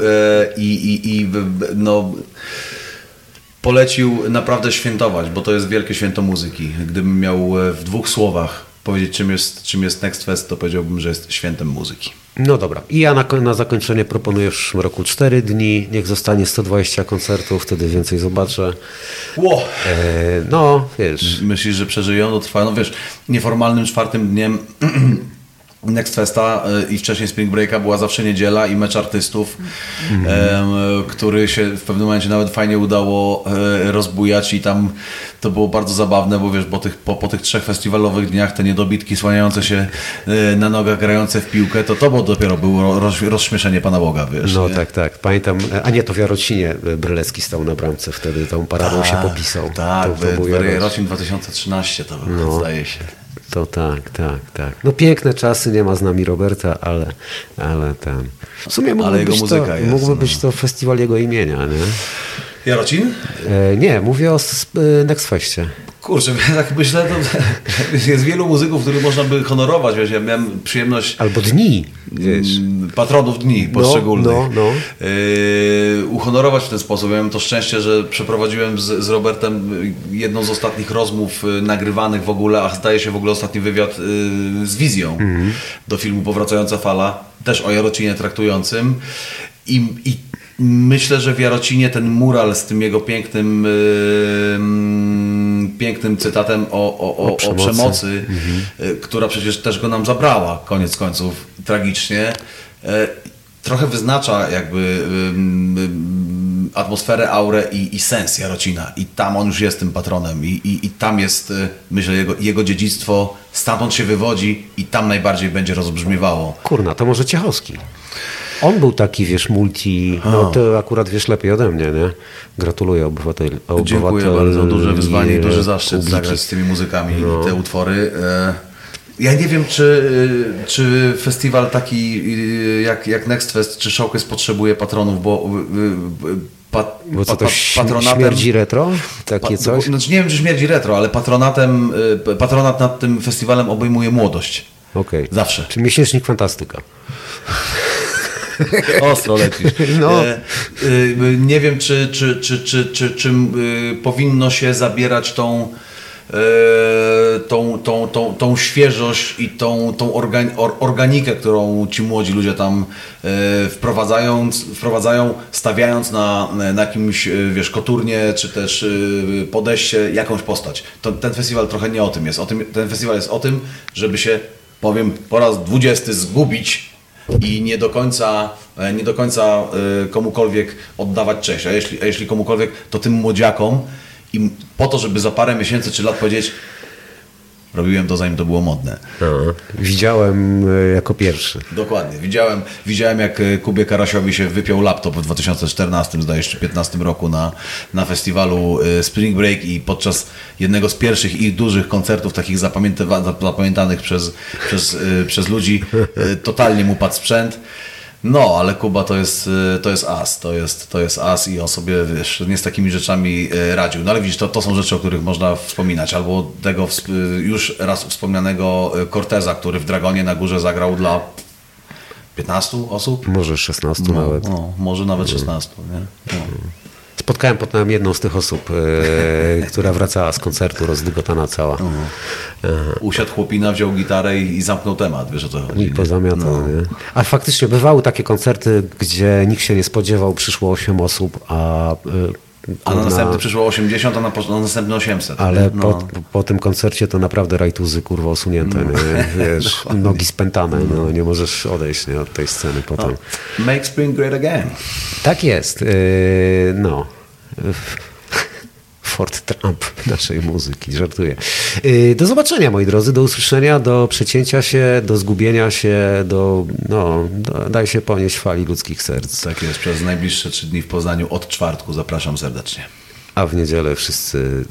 no, polecił naprawdę świętować, bo to jest wielkie święto muzyki. Gdybym miał w dwóch słowach powiedzieć, czym jest Next Fest, to powiedziałbym, że jest świętem muzyki. No dobra. I ja na zakończenie proponuję w przyszłym roku 4 dni. Niech zostanie 120 koncertów, wtedy więcej zobaczę. Wow. No, wiesz. Myślisz, że przeżyją? To trwa, no wiesz, nieformalnym 4. dniem Next Festa i wcześniej Spring Breaka była zawsze niedziela i mecz artystów, który się w pewnym momencie nawet fajnie udało rozbujać i tam to było bardzo zabawne, bo wiesz, po tych 3 festiwalowych dniach te niedobitki słaniające się na nogach, grające w piłkę, to dopiero było rozśmieszenie Pana Boga, wiesz. No nie? tak. Pamiętam, a nie, to w Jarocinie Brylecki stał na bramce wtedy, tą paradą się popisał. Tak, Jarocin 2013 to było, zdaje się. To tak. No piękne czasy, nie ma z nami Roberta, ale ten... W sumie mógłby być to festiwal jego imienia, nie? Jarocin? Nie, mówię o Next Festie. Kurczę, tak myślę, to jest wielu muzyków, których można by honorować, wiesz, ja miałem przyjemność... Albo dni, wiesz. Patronów dni poszczególnych. No. Uhonorować w ten sposób. Ja miałem to szczęście, że przeprowadziłem z Robertem jedną z ostatnich rozmów nagrywanych w ogóle, a zdaje się w ogóle ostatni wywiad z Wizją do filmu Powracająca fala, też o Jarocinie traktującym. I myślę, że w Jarocinie ten mural z tym jego pięknym cytatem o przemocy, która przecież też go nam zabrała, koniec końców, tragicznie, trochę wyznacza jakby atmosferę, aurę i sens Jarocina. I tam on już jest tym patronem i tam jest, myślę, jego dziedzictwo, stamtąd się wywodzi i tam najbardziej będzie rozbrzmiewało. Kurna, to może Ciechowski. On był taki, wiesz, no ty akurat wiesz lepiej ode mnie, nie? Gratuluję obywatel. Dziękuję bardzo, duże wyzwanie i duży zaszczyt zagrać z tymi muzykami te utwory. Ja nie wiem, czy festiwal taki jak Next Fest, czy Showcase potrzebuje patronów, bo Bo co to śmierdzi retro? Takie coś? Znaczy nie wiem, czy śmierdzi retro, ale patronat nad tym festiwalem obejmuje młodość. Okej. Zawsze. Czy miesięcznik Fantastyka? Ostro lecisz. No. Nie wiem, czy powinno się zabierać tą świeżość i tą organikę, którą ci młodzi ludzie tam wprowadzają, stawiając na jakimś, wiesz, koturnie, czy też podejście jakąś postać. Ten festiwal trochę nie o tym jest. Ten festiwal jest o tym, żeby się, powiem, po raz 20 zgubić i nie do końca komukolwiek oddawać cześć. A jeśli komukolwiek, to tym młodziakom, i po to, żeby za parę miesięcy czy lat powiedzieć, robiłem to, zanim to było modne. Widziałem jako pierwszy. Dokładnie. Widziałem jak Kubie Karasiowi się wypiął laptop w 2014, zdaje się, 2015 roku na festiwalu Spring Break i podczas jednego z pierwszych ich dużych koncertów, takich zapamiętanych przez ludzi, totalnie mu padł sprzęt. No, ale Kuba to jest as, to jest as i on sobie, wiesz, nie z takimi rzeczami radził. No ale widzisz, to są rzeczy, o których można wspominać. Albo tego już raz wspomnianego Corteza, który w Dragonie na górze zagrał dla 15 osób? Może 16 nawet. No, może nawet 16, nie? No. Spotkałem potem jedną z tych osób, która wracała z koncertu, rozdygotana cała. Usiadł chłopina, wziął gitarę i zamknął temat, wiesz o co chodzi. I pozamiatał, nie? A faktycznie bywały takie koncerty, gdzie nikt się nie spodziewał, przyszło 8 osób, a na następny przyszło 80, a na następny 800. Ale po tym koncercie to naprawdę rajtuzy, kurwa, osunięte, nie? Wiesz, nogi spętane, no, nie możesz odejść, nie, od tej sceny potem. Make Spring Great Again. Tak jest, no. Fort Trump naszej muzyki, żartuję. Do zobaczenia, moi drodzy, do usłyszenia, do przecięcia się, do zgubienia się, daj się ponieść fali ludzkich serc. Tak jest, przez najbliższe 3 dni w Poznaniu od czwartku zapraszam serdecznie. A w niedzielę wszyscy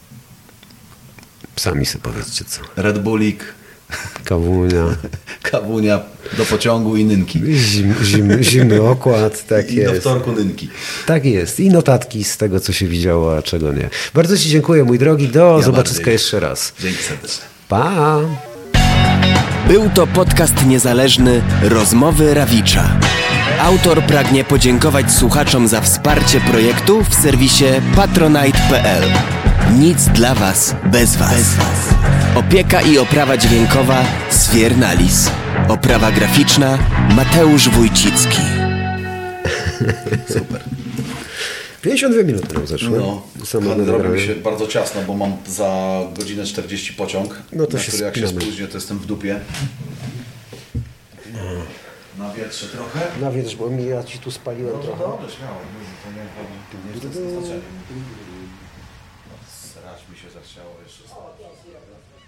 sami sobie powiedzcie co. Red Bullik, kawunia do pociągu i nynki. Zimny okład, tak I jest. do wtorku nynki. Tak jest. I notatki z tego, co się widziało, a czego nie. Bardzo Ci dziękuję, mój drogi. Do zobaczyska jeszcze raz. Dzięki serdecznie. Pa! Był to podcast niezależny Rozmowy Rawicza. Autor pragnie podziękować słuchaczom za wsparcie projektu w serwisie patronite.pl. Nic dla Was bez Was. Opieka i oprawa dźwiękowa Sfiernalis. Oprawa graficzna Mateusz Wójcicki. Super. 52 minuty nam zeszły. Robi mi się bardzo ciasno, bo mam za godzinę 40 pociąg, no to na się który jak się spinamy. spóźnię, to jestem w dupie. Na wietrze trochę. Na wietrz, bo ja Ci tu spaliłem trochę. Dobrze, śmiało. To nie jest znaczenie. Srać mi się zachciało jeszcze.